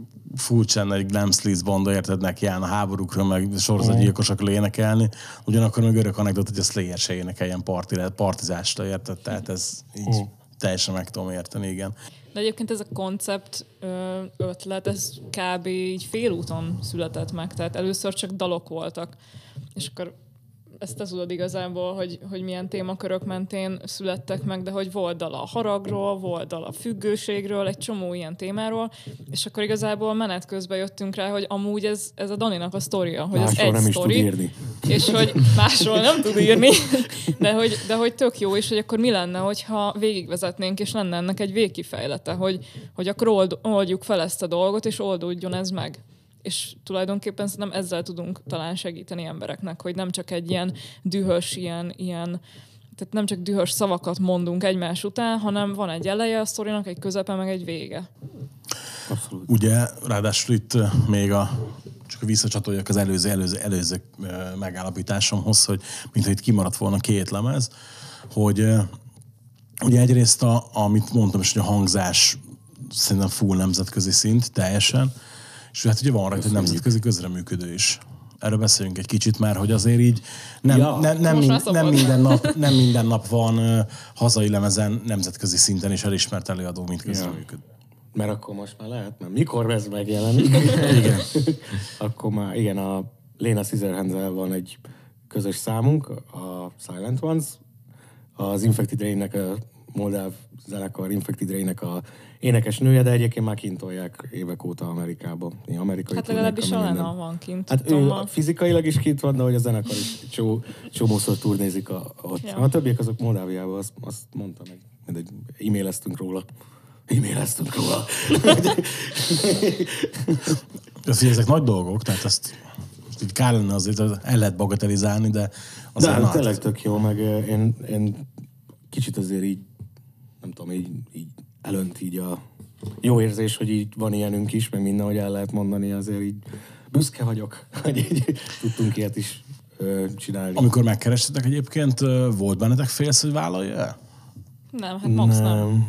furcsán egy glam sleaze banda, érted, neki állna háborúkról, meg sorozatgyilkosokról énekelni, ugyanakkor meg örök anekdot, hogy a Slayer se énekeljen parti, partizásra, érted? Tehát ez így uh. teljesen meg tudom érteni, igen. De egyébként ez a koncept ötlet, ez kb. Így félúton született meg, tehát először csak dalok voltak, és akkor ezt te tudod igazából, hogy, hogy milyen témakörök mentén születtek meg, de hogy volt dal a haragról, volt dal a függőségről, egy csomó ilyen témáról, és akkor igazából menet közben jöttünk rá, hogy amúgy ez, ez a Daninak a sztoria, hogy másról ez egy nem sztori, is tud írni. És hogy másról nem tud írni, de hogy, de hogy tök jó, és hogy akkor mi lenne, hogyha végigvezetnénk, és lenne ennek egy végkifejlete, hogy, hogy akkor old, oldjuk fel ezt a dolgot, és oldódjon ez meg. És tulajdonképpen szerintem ezzel tudunk talán segíteni embereknek, hogy nem csak egy ilyen dühös, ilyen, ilyen, tehát nem csak dühös szavakat mondunk egymás után, hanem van egy eleje a sztorinak, egy közepe, meg egy vége. Abszolút. Ugye, ráadásul itt még a, csak visszacsatoljak az előző, előző, előző megállapításomhoz, hogy mintha itt kimaradt volna két lemez, hogy ugye egyrészt, a, amit mondtam is, hogy a hangzás szerintem full nemzetközi szint, teljesen, és hát ugye van rajta egy nemzetközi közreműködő is. Erről beszéljünk egy kicsit már, hogy azért így nem, ja, ne, nem, mind, nem, minden, nap, nem minden nap van uh, hazai lemezen nemzetközi szinten is elismert előadó, mint közreműködő. Ja. Mert akkor most már lehet, mert mikor ez megjelenik? Igen. Akkor már, igen, a Lena Scissorhands-el van egy közös számunk, a Silent Ones, az Infected Rain-nek, a moldáv zenekar Infected Rain-nek a énekes nője, de egyébként már kint tolják évek óta Amerikába. Amerikai hát legalábbis Alena van kint. Hát ő a fizikailag is kint van, de hogy a zenekar is csó, csomószor turnézik a, ott. Ja. A többiek azok Moldáviában, azt, azt mondta meg. Mindegy, e-maileztünk róla. E-maileztünk róla. Ez, ezek nagy dolgok, tehát ezt így kár lenne azért, el lehet bagatelizálni, de az de tényleg tök jó, meg én, én kicsit azért így, nem tudom, így, így elönt így a jó érzés, hogy így van ilyenünk is, meg minden, hogy el lehet mondani, azért így büszke vagyok, hogy így tudtunk ilyet is ö, csinálni. Amikor megkerestetek egyébként, volt bennetek félsz, hogy vállalja el? Nem, hát max nem. nem.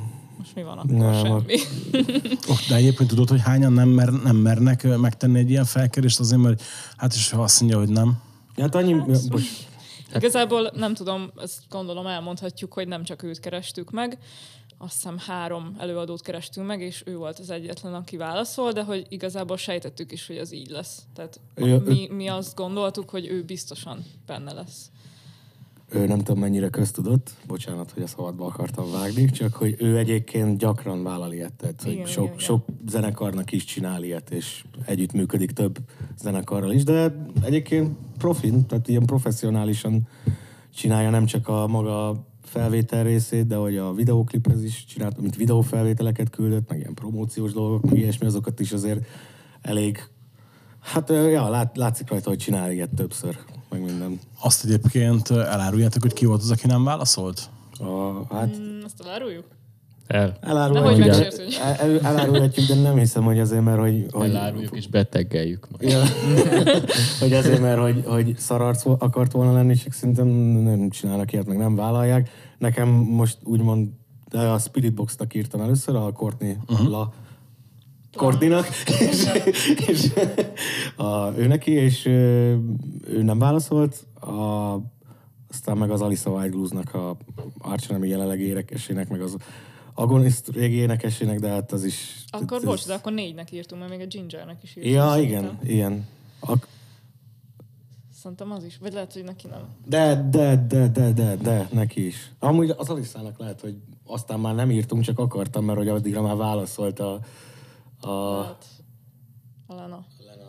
most mi van akkor? Nem, Semmi. Oh, de egyébként tudod, hogy hányan nem, mer, nem mernek megtenni egy ilyen felkérést azért, mert hát is azt mondja, hogy nem. Hát annyi... Hát, Bocs. Igazából nem tudom, ezt gondolom elmondhatjuk, hogy nem csak őt kerestük meg, azt hiszem három előadót kerestünk meg, és ő volt az egyetlen, aki válaszol, de hogy igazából sejtettük is, hogy ez így lesz. Tehát Ő- mi, mi azt gondoltuk, hogy ő biztosan benne lesz. Ő nem tudom mennyire köztudott, bocsánat, hogy a szabadba akartam vágni, csak hogy ő egyébként gyakran vállal ilyet, tehát hogy Igen, sok, igen, sok zenekarnak is csinál ilyet, és együttműködik több zenekarral is, de egyébként profin, tehát ilyen professzionálisan csinálja nem csak a maga felvétel részét, de hogy a videókliphez is csinált, mint videófelvételeket küldött, meg ilyen promóciós dolgok, meg ilyesmi, azokat is azért elég, hát ja, lát, látszik rajta, hogy csinál ilyet többször, meg minden. Azt egyébként eláruljátok, hogy ki volt az, aki nem válaszolt? A, hát Mm, azt eláruljuk? El. elárulhatjuk, Nehogy de, megsértődj. el, elárulhatjuk, de nem hiszem, hogy azért, mert hogy... hogy Eláruljuk és beteggeljük majd. Ja. Hogy azért, mert hogy, hogy szararc akart volna lenni, csak szerintem nem csinálnak ilyet, meg nem vállalják. Nekem most úgymond, de a Spiritbox-nak írtam először, a Courtney uh-huh. La Courtney-nak, és, és a, ő neki, és ő nem válaszolt. A, aztán meg az Alissa White Blues-nak, a Archer jelenleg énekesének, meg az Agonist régi énekesének, de hát az is... Akkor ez, bocs, de akkor négynek írtunk, mert még a Gingernek is írtunk. Ja, szerintem. igen, igen. Ak- Szerintem az is. Vagy lehet, hogy neki nem. De, de, de, de, de, de, neki is. Amúgy az Aliszának lehet, hogy aztán már nem írtunk, csak akartam, mert hogy addigra már válaszolt a... a... Lehet. Alena.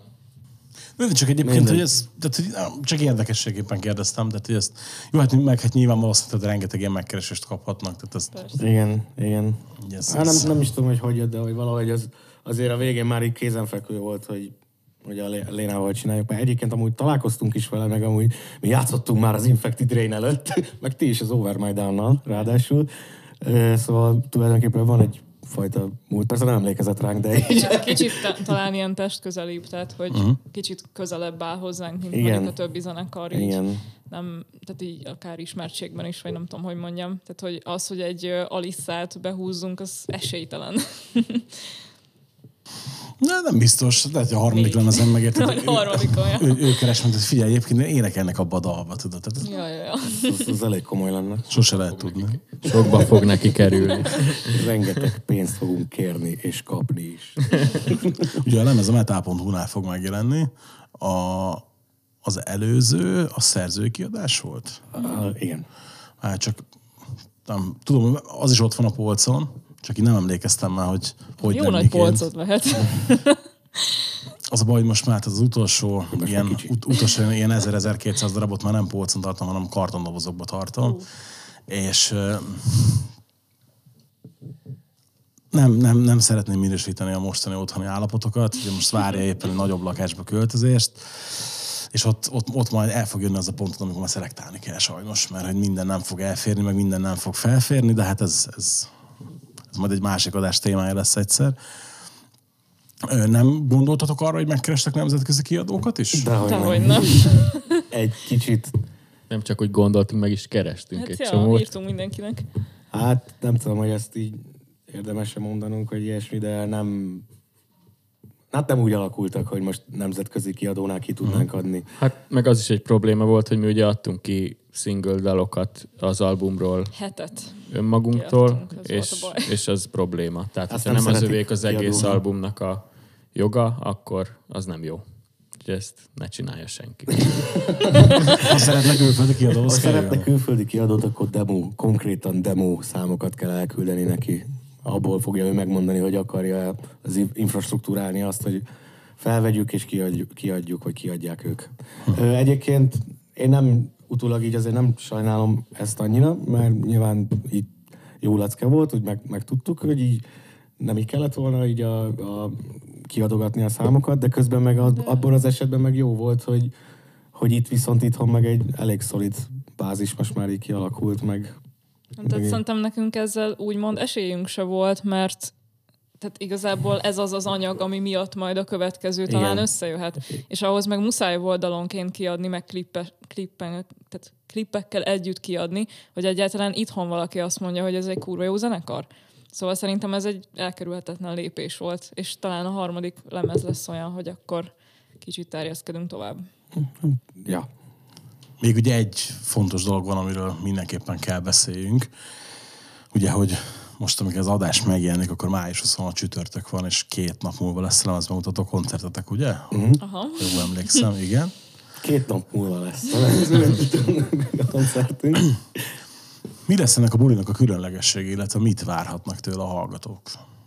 De csak egyébként, Mindegy. hogy ez, tehát, hogy csak érdekességéppen kérdeztem, tehát, hogy ezt, jó, hát meg hát nyilván valószínűleg rengeteg ilyen megkeresést kaphatnak, tehát ezt, Persze. Igen, igen. ugye ez, Hát ez, nem, nem is tudom, hogy hogy jött, de hogy valahogy az, azért a végén már így kézenfekvő volt, hogy hogy a Lé- Lénával csináljuk. Mert egyébként amúgy találkoztunk is vele, meg amúgy mi játszottunk már az Infected Rain előtt, meg ti is az Over My Down-nal ráadásul. Ö, Szóval tulajdonképpen van egy fajta múlt. Persze nem emlékezett ránk, de így. Kicsit, kicsit ta- talán ilyen testközelibb, tehát hogy Mhm. uh-huh. kicsit közelebb áll hozzánk, mint Igen. mondjuk a többi zenekar. Így Igen. nem, tehát így akár ismertségben is, vagy nem tudom, hogy mondjam. Tehát, hogy az, hogy egy ö, Alisszát behúzzunk, az esélytelen. ne, nem biztos, lehet, hogy a harmadik Négy. lenne az ember, érted? Vagy a harmadikon, ja. Ő, ő, ő keres, mint hogy figyelj, egyébként énekelnek abba a dalba, tudod? Tehát Ja, ja, ja. Az, az elég komoly lenne. sose lehet tudni. Sokba fog neki kerülni. Rengeteg pénzt fogunk kérni és kapni is. Ugye a lemez a metal pont hu-nál fog megjelenni. A, az előző, a szerzői kiadás volt? Uh, igen. Hát csak nem, tudom, az is ott van a polcon, csak így nem emlékeztem már, hogy hogy Jó nem nagy miként. polcot lehet. Az a baj, hogy most már hát az utolsó, Most ilyen, már kicsi. ut- utolsó ilyen ezer-ezerkétszáz darabot már nem polcon tartom, hanem kartondobozokba tartom. Uh. És ö, nem, nem, nem szeretném minősíteni a mostani otthoni állapotokat. Ugye most várja éppen egy nagyobb lakásba költözést, és ott, ott, ott majd el fog jönni az a ponton, amikor már szelektálni kell sajnos, mert hogy minden nem fog elférni, meg minden nem fog felférni, de hát ez, ez, ez majd egy másik adás témája lesz egyszer. Ö, Nem gondoltatok arra, hogy megkerestek nemzetközi kiadókat is? Dehogy Dehogy nem. nem. Egy kicsit, Nem csak, hogy gondoltunk, meg is kerestünk Hát egy ja, csomót. írtunk mindenkinek. hát nem tudom, hogy ezt így érdemes-e mondanunk, hogy ilyesmi, de nem... Hát nem úgy alakultak, hogy most nemzetközi kiadónál ki tudnánk adni. Hát meg az is egy probléma volt, hogy mi ugye adtunk ki single dalokat az albumról Hetet. önmagunktól, Kiadtunk, ez és, volt a baj. és az probléma. Tehát, Azt ha nem nem az szeretik övék az egész kiadónak. albumnak a joga, akkor az nem jó. Úgyhogy ezt ne csinálja senki. Ha szeretnek külföldi Ha kiadóhoz szeretne kerülni. külföldi kiadót, akkor demo, konkrétan demo számokat kell elküldeni neki. Abból fogja ő megmondani, hogy akarja az in- infrastruktúrálni azt, hogy felvegyük és kiadjuk, kiadjuk vagy kiadják ők. Ö, Egyébként én nem, utólag így azért nem sajnálom ezt annyira, mert nyilván így jó lecke volt, úgy meg, meg tudtuk, hogy így nem így kellett volna így a, a kiadogatni a számokat, de közben meg a, abban az esetben meg jó volt, hogy, hogy itt viszont itthon meg egy elég szolid bázis most már így kialakult, meg Tehát meg- szerintem nekünk ezzel úgymond esélyünk se volt, mert tehát igazából ez az az anyag, ami miatt majd a következő talán Igen. összejöhet. És ahhoz meg muszáj volt dalonként kiadni, meg klippe, klippen, tehát klippekkel együtt kiadni, hogy egyáltalán itthon valaki azt mondja, hogy ez egy kurva jó zenekar. Szóval szerintem ez egy elkerülhetetlen lépés volt, és talán a harmadik lemez lesz olyan, hogy akkor kicsit terjeszkedünk tovább. Ja. Még ugye egy fontos dolog van, amiről mindenképpen kell beszéljünk. Ugye, hogy most, amikor az adás megjelenik, akkor május huszonharmadika csütörtök van, és két nap múlva lesz lemez bemutató koncertetek, ugye? Uh-huh. Aha. Jól emlékszem, igen. Két nap múlva lesz a koncertünk. Mi lesz ennek a bulinak a különlegessége, illetve mit várhatnak tőle a hallgatók?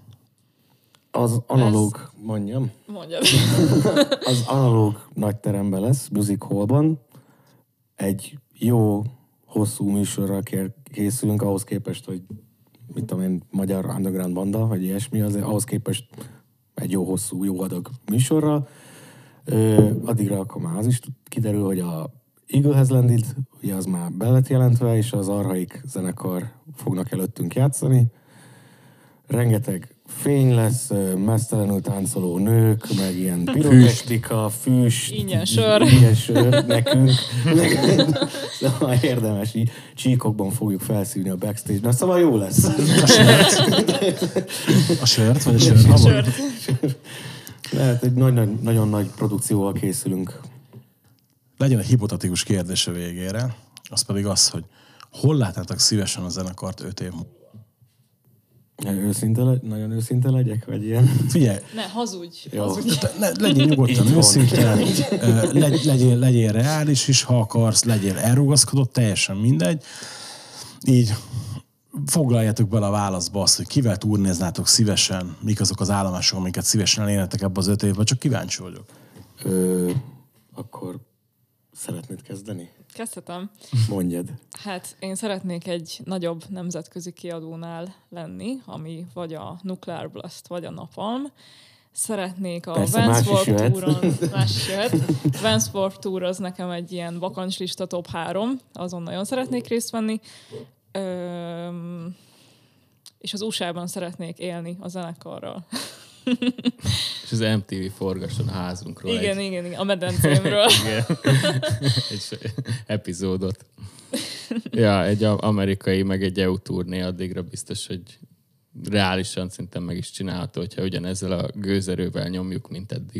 Az analóg, mondjam, Mondjad. az analóg nagy teremben lesz, Music Hallban. Egy jó, hosszú műsorral kér, készülünk, ahhoz képest, hogy mit tudom én, magyar underground banda, vagy ilyesmi, azért ahhoz képest egy jó, hosszú, jó adag műsorra. Ö, addigra akkor már az is kiderül, hogy a Eagle Has Landed, ugye az már be lett jelentve, és az Archaik zenekar fognak előttünk játszani. Rengeteg fény lesz, mesztelenül táncoló nők, meg ilyen pirotechnika, füst, Ingyen sör. ingyen sör nekünk. Szóval érdemes, így csíkokban fogjuk felszívni a backstage-ben, szóval jó lesz. A sört? A sört, vagy a sört? A sört. Lehet, egy nagy, nagy, nagyon nagy produkcióval készülünk. Legyen egy hipotetikus kérdés a végére, az pedig az, hogy hol látnátok szívesen a zenekart öt év múlva? Őszinte, le, nagyon őszinte legyek, vagy ilyen? Figyelj, Ne, hazudj. Jó. hazudj. ne, legyél nyugodtan Így van. őszinte, legy, legyél, legyél reális is, ha akarsz, legyél elrugaszkodott, teljesen mindegy. Így foglaljátok bele a válaszba azt, hogy kivel turnéznátok szívesen, mik azok az állomások, amiket szívesen elérnetek ebbe az öt évben, csak kíváncsi vagyok. Ö, akkor szeretnéd kezdeni? Kezdhetem. Mondjad. Hát én szeretnék egy nagyobb nemzetközi kiadónál lenni, ami vagy a Nuclear Blast, vagy a Napalm. Szeretnék a Persze, más is Vance Warped jöhet. Touron, más is jöhet. Vance Warped Tour az nekem egy ilyen bakancslista top három, azon nagyon szeretnék részt venni. Öm, és az u es á-ban szeretnék élni a zenekarral. És az em té vé forgasson a házunkról. Igen, egy, igen, igen, a medencémről. igen. egy epizódot. Ja, egy amerikai, meg egy é u turné addigra biztos, hogy reálisan szerintem meg is csinálható, hogyha ugyanezzel a gőzerővel nyomjuk, mint eddig.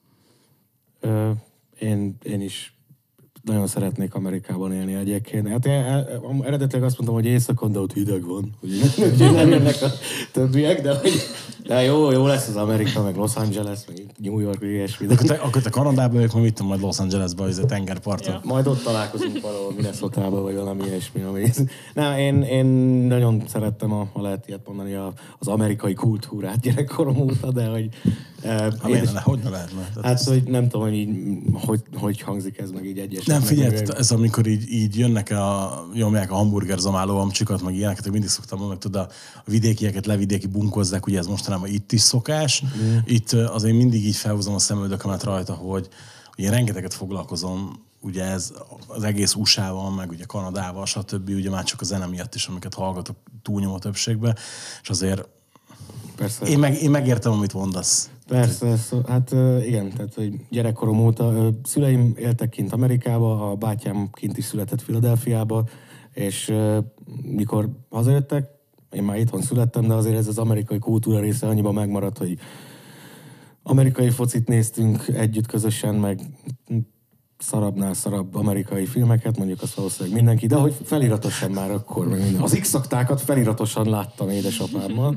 Ö, én, én is nagyon szeretnék Amerikában élni egyébként. Hát én, eredetileg azt mondtam, hogy éjszakon, de ott hideg van. Úgyhogy nem jönnek a többiek, de, hogy, de jó, jó lesz az Amerika, meg Los Angeles, meg New York, ilyesmi. Akkor te, akkor te Kanadában vagyok, majd mit tudom, majd Los Angelesben, ez a tengerparton. Ja. Majd ott találkozunk valahol Minnesota-ba, vagy valami ilyesmi. Ami... Nem, én, én nagyon szerettem, a, ha lehet ilyet mondani, a, az amerikai kultúrát gyerekkorom óta, de hogy... Eh, Ha miért ne, hogy ne lehetne? Tehát hát, ez- hogy nem tudom, hogy, így, hogy, hogy hangzik ez meg így egyes. Nem, figyelj, ez amikor így, így jönnek a, nyomják a hamburger zamáló amcsikat, meg ilyeneket, mindig szoktam mondani, tudod, a vidékieket levidéki bunkozzák, ugye ez mostanában itt is szokás. Mm. Itt azért mindig így felhúzom a szemöldökömet rajta, hogy ugye rengeteget foglalkozom, ugye ez az egész u es á-val, meg ugye Kanadával, stb. Ugye már csak a zene miatt is, amiket hallgatok túlnyomó többségben, és azért Persze. én, meg, én megértem, amit mondasz. Persze, szó, hát ö, igen, tehát hogy gyerekkorom óta ö, szüleim éltek kint Amerikába, a bátyám kint is született Philadelphiába, és ö, mikor hazajöttek, én már itthon születtem, de azért ez az amerikai kultúra része annyiban megmaradt, hogy amerikai focit néztünk együtt közösen, meg szarabbnál szarabb amerikai filmeket, mondjuk azt valószínűleg mindenki, de hogy feliratosan már akkor, meg minden. Az X-aktákat feliratosan láttam édesapámmal.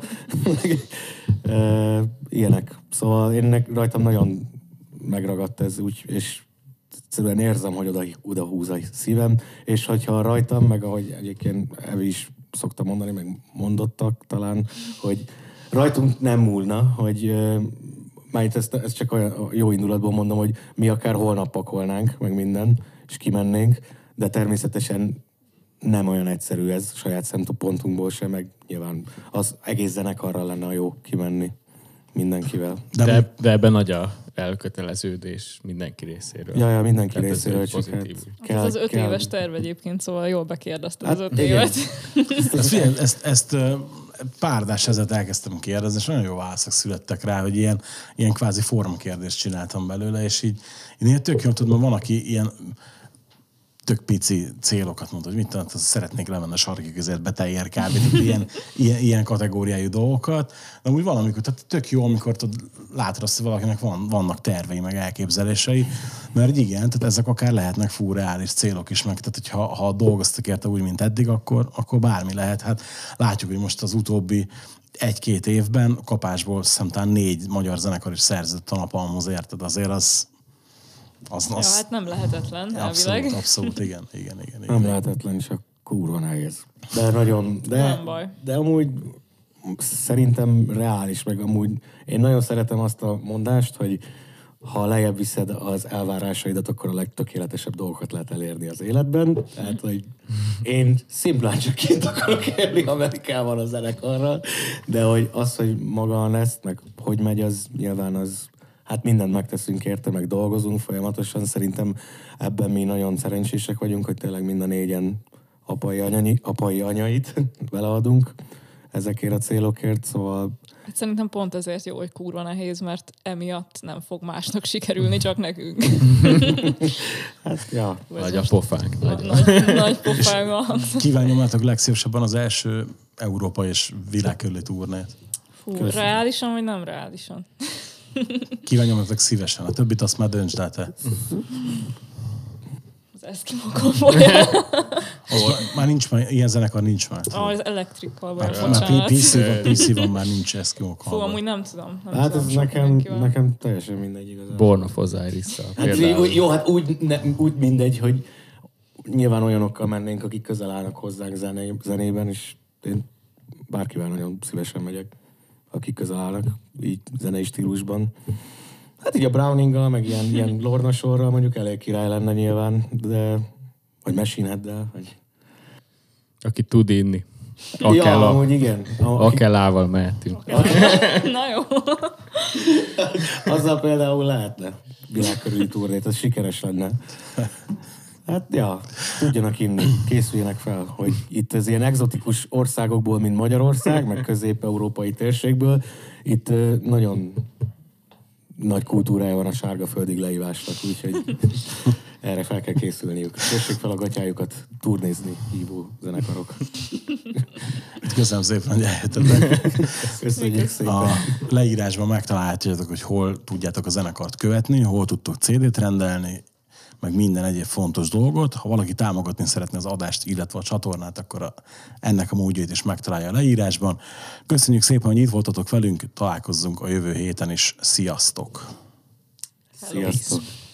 e, ilyenek. Szóval én rajtam nagyon megragadt ez, úgy, és egyszerűen érzem, hogy oda, oda húz a szívem, és hogyha rajtam, meg ahogy egyébként Evi is szokta mondani, meg mondottak talán, hogy rajtunk nem múlna, hogy már itt ezt, ezt csak olyan jó indulatból mondom, hogy mi akár holnap pakolnánk, meg minden, és kimennénk, de természetesen nem olyan egyszerű ez saját szempontunkból sem, meg nyilván az egész zenekarral lenne a jó kimenni mindenkivel. De, de, de ebben nagy a elköteleződés mindenki részéről. Ja, ja, mindenki Tehát ez részéről, egy csak hát pozitív. kell, Ez az öt kell. éves terv egyébként, szóval jól bekérdezted Hát az öt igen. évet. Ezt, figyelj, ezt, ezt ö, pár adás ezelőtt elkezdtem kérdezni, és nagyon jó válaszok születtek rá, hogy ilyen, ilyen kvázi formkérdést csináltam belőle, és így én ilyen tök jó tudom, van, aki ilyen tök pici célokat mondta, hogy mit tudom, szeretnék lemenni a sarki közért beteljér kb. Ilyen, ilyen, ilyen kategóriájú dolgokat. De úgy valamikor, tehát tök jó, amikor tudod, látod azt, hogy valakinek van, vannak tervei, meg elképzelései, mert igen, tehát ezek akár lehetnek fú reális célok is, meg tehát hogyha ha dolgoztak érte úgy, mint eddig, akkor, akkor bármi lehet. Hát látjuk, hogy most az utóbbi egy-két évben kapásból szemtán négy magyar zenekar is szerzett a napalmhoz, érted? Azért az... az, az ja, hát nem lehetetlen, abszolút, elvileg. Abszolút, igen, igen, igen. igen. Nem lehetetlen, csak kurva nehéz. De nagyon... De, Nem baj. De amúgy szerintem reális, meg amúgy én nagyon szeretem azt a mondást, hogy ha lejjebb viszed az elvárásaidat, akkor a legtökéletesebb dolgokat lehet elérni az életben. Tehát, hogy én szimplán csak kint akarok élni Amerikában a zenekarral, de hogy az, hogy maga a Nest, meg hogy megy, az nyilván az, hát mindent megteszünk érte, meg dolgozunk folyamatosan. Szerintem ebben mi nagyon szerencsések vagyunk, hogy tényleg mind a négyen apai, anyai, apai anyait beleadunk ezekért a célokért, szóval Hát szerintem pont ezért jó, hogy kurva nehéz, mert emiatt nem fog másnak sikerülni, csak nekünk. hát, ja. Nagy a pofánk. Na, Nagy. nagy, nagy pofánk van. Kívánjam legszívesebben az első Európa és világkörüli turnét. Fú, reálisan vagy nem reálisan? Kívánjam szívesen. A többit azt már döntsd el te. Az eszkimokon folyam. Már, már nincs, már, ilyen zenekar nincs már. Ah, az elektrikkal vagy, Már, már bocsánat. pé cé van, pé cé van, már nincs eszkimok. Fú, amúgy nem tudom. Nem Hát tudom ez sok nekem, mindenkivel. nekem teljesen mindegy igazából. Born of Osiris-szal. Hát, például. jó, hát úgy, ne, úgy mindegy, hogy nyilván olyanokkal mennénk, akik közel állnak hozzánk zené, zenében, és én bárkivel nagyon szívesen megyek, akik közel állnak, így zenei stílusban. Hát így a Browninggal, meg ilyen, ilyen Lorna sorral mondjuk elég király lenne nyilván, de vagy Machine Headdel, vagy... Aki tud inni. Ja, Akella, amúgy igen. A, aki, Akellával mehetünk. Na jó. azzal például lehetne világkörüli turnét, az sikeres lenne. Hát, ja, tudjanak inni, készüljenek fel, hogy itt az ilyen egzotikus országokból, mint Magyarország, meg közép-európai térségből, itt ö, nagyon nagy kultúrája van a sárgaföldig leívásnak, úgyhogy erre fel kell készülniük. Kössék fel a gatyájukat turnézni hívó zenekarok. Köszönöm szépen, hogy eljöttetek. Köszönjük szépen. A leírásban megtaláljátok, hogy hol tudjátok a zenekart követni, hol tudtok cé dét rendelni, meg minden egyéb fontos dolgot. Ha valaki támogatni szeretne az adást, illetve a csatornát, akkor a, ennek a módjait is megtalálja a leírásban. Köszönjük szépen, hogy itt voltatok velünk, találkozzunk a jövő héten is. Sziasztok! Sziasztok!